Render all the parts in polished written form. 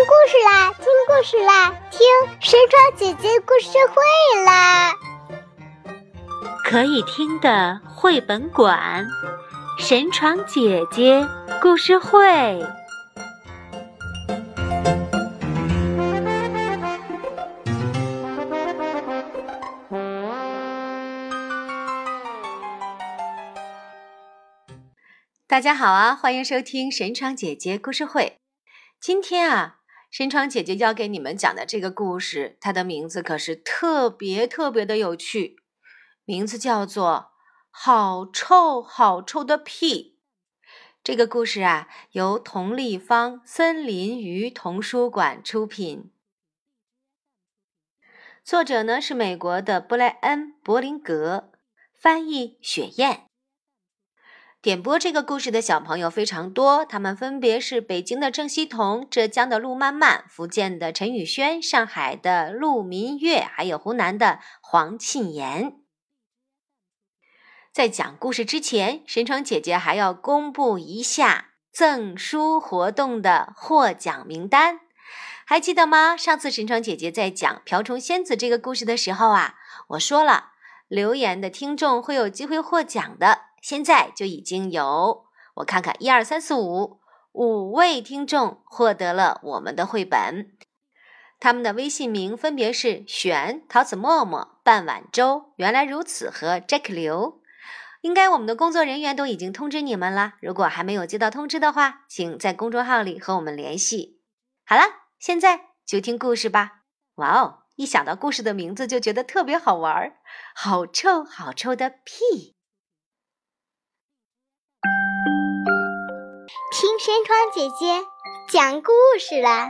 故事啦，听故事啦，听神床姐姐故事会啦！ 可以听的绘本馆，神床姐姐故事会。大家好啊，欢迎收听神床姐姐故事会。今天啊，神床姐姐要给你们讲的这个故事，它的名字可是特别的有趣，名字叫做好臭好臭的屁。这个故事啊，由同立方森林鱼童书馆出品，作者呢是美国的布莱恩·柏林格，翻译雪燕。点播这个故事的小朋友非常多，他们分别是北京的郑希彤、浙江的陆漫漫、福建的陈宇轩、上海的陆民月，还有湖南的黄沁妍。在讲故事之前，神床姐姐还要公布一下赠书活动的获奖名单。还记得吗？上次神床姐姐在讲瓢虫仙子这个故事的时候啊，我说了，留言的听众会有机会获奖的。现在就已经有，我看看1、2、3、4、5位听众获得了我们的绘本。他们的微信名分别是璇、桃子默默、半碗粥、原来如此和 Jack 刘。应该我们的工作人员都已经通知你们了，如果还没有接到通知的话，请在公众号里和我们联系。好了，现在就听故事吧。哇哦，一想到故事的名字就觉得特别好玩，好臭好臭的屁。 听神床姐姐讲故事啦！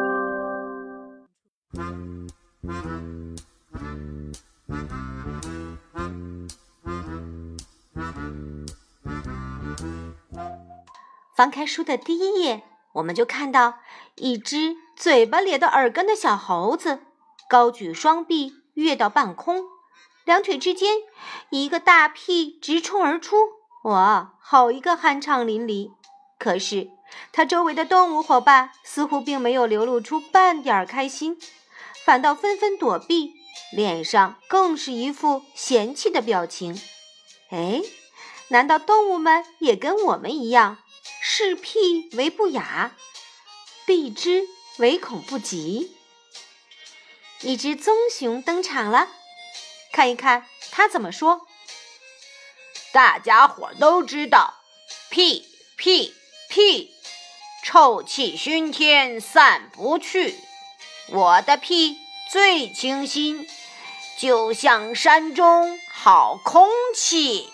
翻开书的第一页，我们就看到一只嘴巴咧到耳根的小猴子，高举双臂跃到半空，两腿之间一个大屁直冲而出，哇，好一个酣畅淋漓！可是它周围的动物伙伴似乎并没有流露出半点开心，反倒纷纷躲避，脸上更是一副嫌弃的表情。哎，难道动物们也跟我们一样，视屁为不雅，避之唯恐不及？一只棕熊登场了，看一看它怎么说。 大家伙都知道，屁屁屁，臭气熏天散不去。我的屁最清新，就像山中好空气。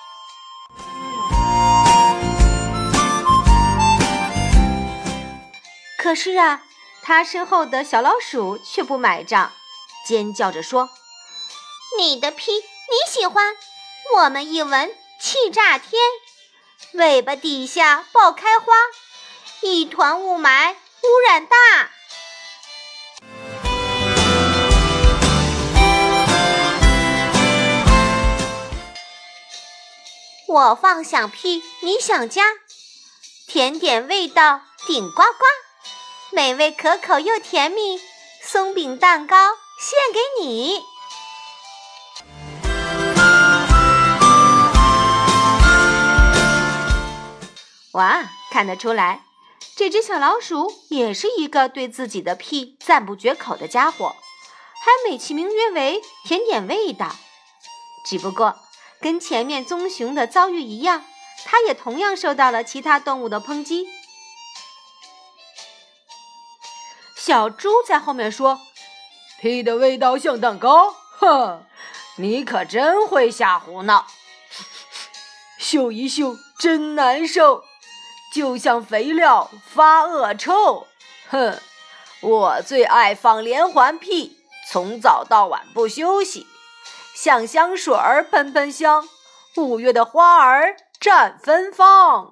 可是啊，他身后的小老鼠却不买账，尖叫着说： 你的屁你喜欢，我们一闻气炸天，尾巴底下爆开花，一团雾霾，污染大。我放响屁，你想家，甜点味道顶呱呱，美味可口又甜蜜，松饼蛋糕献给你。 哇，看得出来，这只小老鼠也是一个对自己的屁赞不绝口的家伙，还美其名曰为甜点味道。只不过跟前面棕熊的遭遇一样，它也同样受到了其他动物的抨击。小猪在后面说： 屁的味道像蛋糕，哼，你可真会瞎胡闹。嗅一嗅真难受，就像肥料发恶臭。哼，我最爱放连环屁，从早到晚不休息，像香水儿喷喷香，5月的花儿绽芬芳。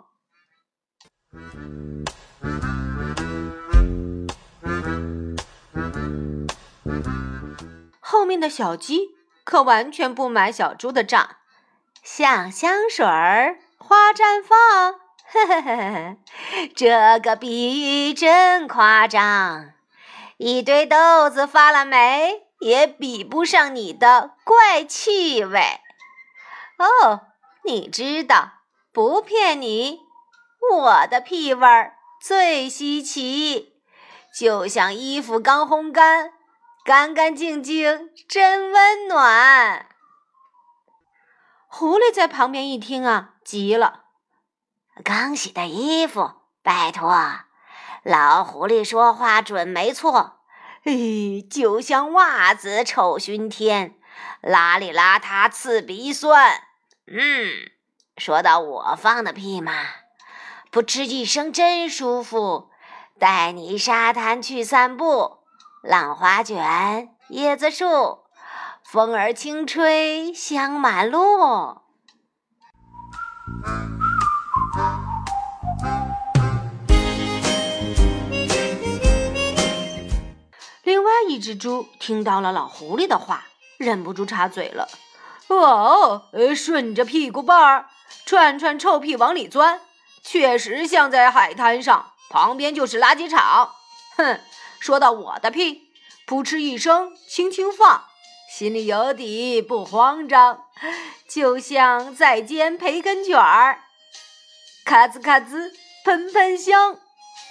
后面的小鸡可完全不买小猪的账，像香水儿花绽放， 呵呵呵，这个比喻真夸张，一堆豆子发了霉，也比不上你的怪气味。哦，你知道，不骗你，我的屁味儿最稀奇，就像衣服刚烘干，干干净净，真温暖。狐狸在旁边一听啊，急了。刚洗的衣服，拜托，老狐狸说话准没错。就像袜子臭熏天，邋里邋遢刺鼻酸。说到我放的屁嘛，噗嗤一声真舒服，带你沙滩去散步，浪花卷，椰子树，风儿轻吹香满路。另外一只猪听到了老狐狸的话，忍不住插嘴了。 顺着屁股瓣儿串串臭屁往里钻，确实像在海滩上，旁边就是垃圾场。说到我的屁，噗嗤一声轻轻放，心里有底不慌张，就像在煎培根卷儿，咔吱咔吱喷喷香。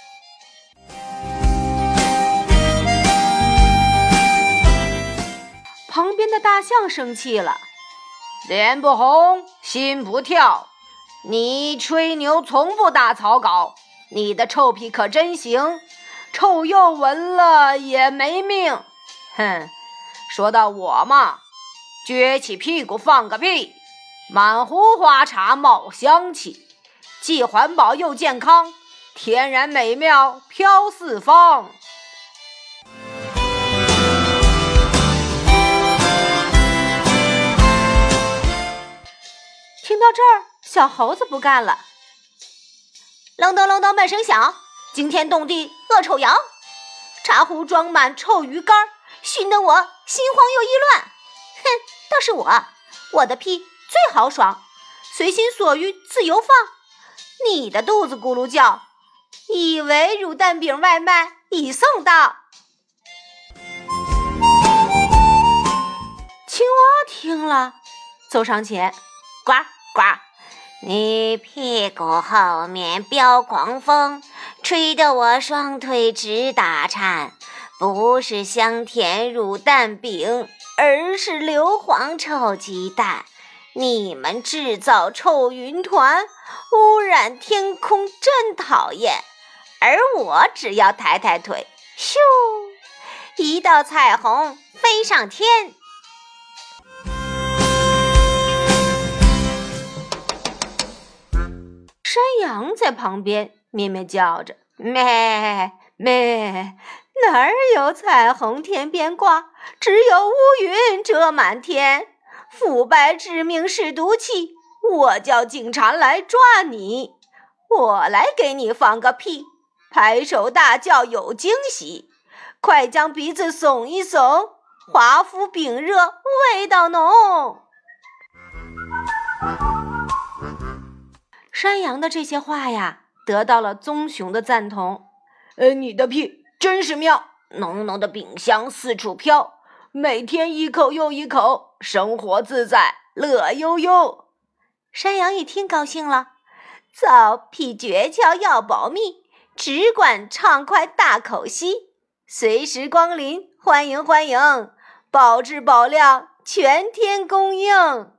旁边的大象生气了， 脸不红心不跳，你吹牛从不打草稿，你的臭屁可真行，臭鼬闻了也没命。说到我嘛，撅起屁股放个屁，满壶花茶冒香气，既环保又健康，天然美妙飘四方。 听到这儿，小猴子不干了。隆咚隆咚半声响，惊天动地恶臭扬，茶壶装满臭鱼干，熏得我心慌又意乱。倒是我的屁最豪爽，随心所欲自由放。你的肚子咕噜叫，以为乳蛋饼外卖已送到。青蛙听了，走上前，呱呱，你屁股后面飙狂风，吹得我双腿直打颤，不是香甜乳蛋饼，而是硫磺臭鸡蛋。你们制造臭云团，污染天空，真讨厌。而我只要抬抬腿，咻，一道彩虹飞上天。山羊在旁边咩咩叫着，咩咩，哪儿有彩虹天边挂，只有乌云遮满天。腐败致命是毒气，我叫警察来抓你，我来给你放个屁，拍手大叫有惊喜，快将鼻子耸一耸，华夫饼热味道浓。山羊的这些话呀，得到了棕熊的赞同。 你的屁真是妙，浓浓的饼香四处飘，每天一口又一口，生活自在乐悠悠。 山羊一听高兴了，造屁诀窍要保密，只管畅快大口吸，随时光临，欢迎欢迎，保质保量，全天供应。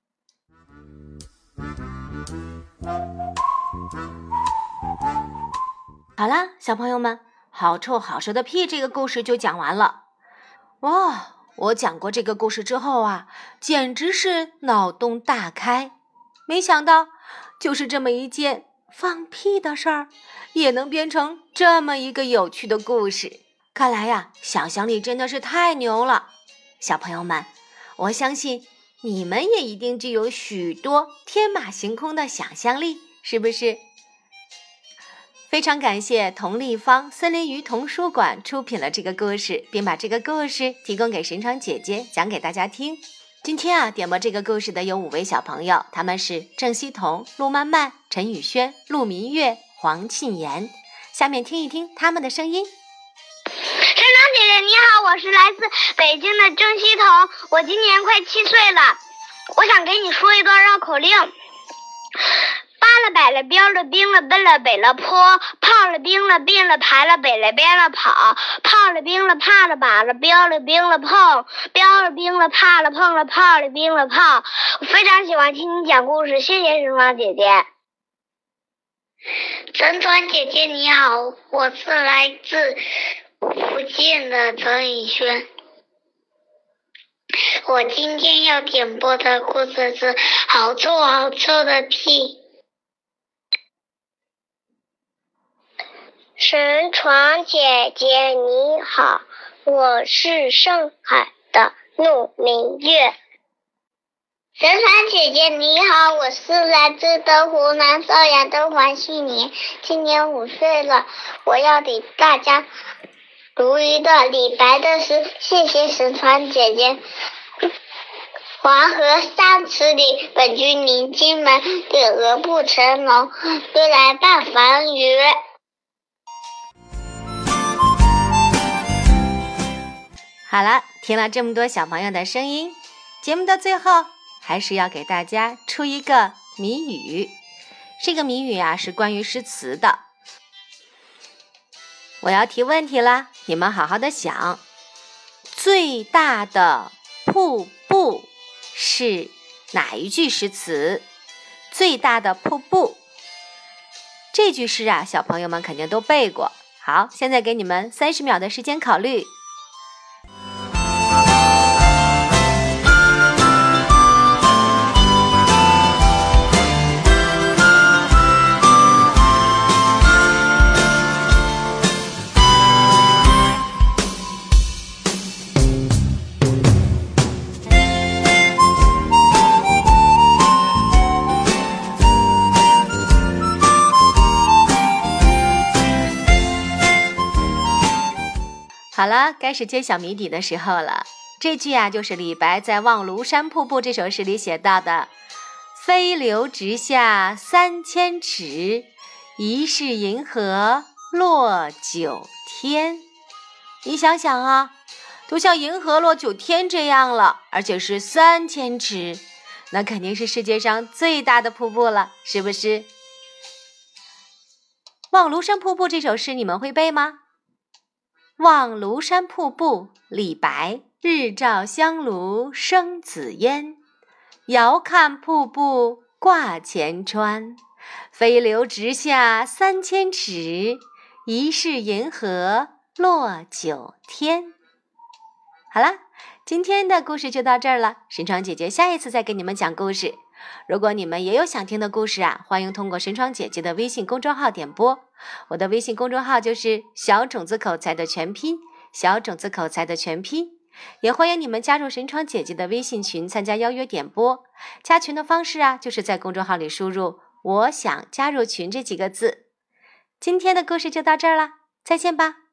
好啦，小朋友们，好臭好臭的屁这个故事就讲完了。哇，我讲过这个故事之后啊，简直是脑洞大开。没想到，就是这么一件放屁的事儿，也能编成这么一个有趣的故事。看来呀，想象力真的是太牛了。小朋友们，我相信你们也一定具有许多天马行空的想象力，是不是？非常感谢童立方森林鱼童书馆出品了这个故事，并把这个故事提供给神长姐姐讲给大家听。 今天啊，点播这个故事的有5位小朋友，他们是郑希彤、陆曼曼、陈宇轩、陆明月、黄庆妍。下面听一听他们的声音。 沈长姐姐你好，我是来自北京的郑希彤，我今年快7岁了。我想给你说一段绕口令。扒了摆了标了冰了奔了北了坡，泡了冰了并了排了北了边了跑，泡了冰了怕了把了标了冰了碰，标了冰了怕了碰了泡了冰了泡。我非常喜欢听你讲故事，谢谢沈芳姐姐。 陈川姐姐你好，我是来自福建的陈宇轩。我今天要点播的故事是好臭好臭的屁。 沈床姐姐你好，我是上海的陆明月。 沈床姐姐你好，我是来自的湖南邵阳的黄旭年，今年5岁了。我要给大家读一段李白的诗，谢谢沈床姐姐。黄河3尺里，本居临津门。对鹅不成龙，归来半房鱼。 好了，听了这么多小朋友的声音，节目的最后还是要给大家出一个谜语。这个谜语啊是关于诗词的。我要提问题了，你们好好的想。最大的瀑布是哪一句诗词？最大的瀑布。这句诗啊，小朋友们肯定都背过。好，现在给你们30秒的时间考虑。好了，该是揭晓谜底的时候了。这句啊，就是李白在《望庐山瀑布》这首诗里写到的“飞流直下3000尺，疑是银河落九天”。你想想啊，都像银河落九天这样了，而且是3000尺，那肯定是世界上最大的瀑布了，是不是？《望庐山瀑布》这首诗你们会背吗？望庐山瀑布，李白。日照香炉生紫烟，遥看瀑布挂前川。飞流直下3000尺，疑是银河落九天。好啦，今天的故事就到这儿了。神窗姐姐下一次再给你们讲故事。如果你们也有想听的故事啊，欢迎通过神窗姐姐的微信公众号点播。我的微信公众号就是小种子口才的全拼，小种子口才的全拼。也欢迎你们加入神窗姐姐的微信群，参加邀约点播。加群的方式啊，就是在公众号里输入我想加入群这几个字。今天的故事就到这儿了，再见吧。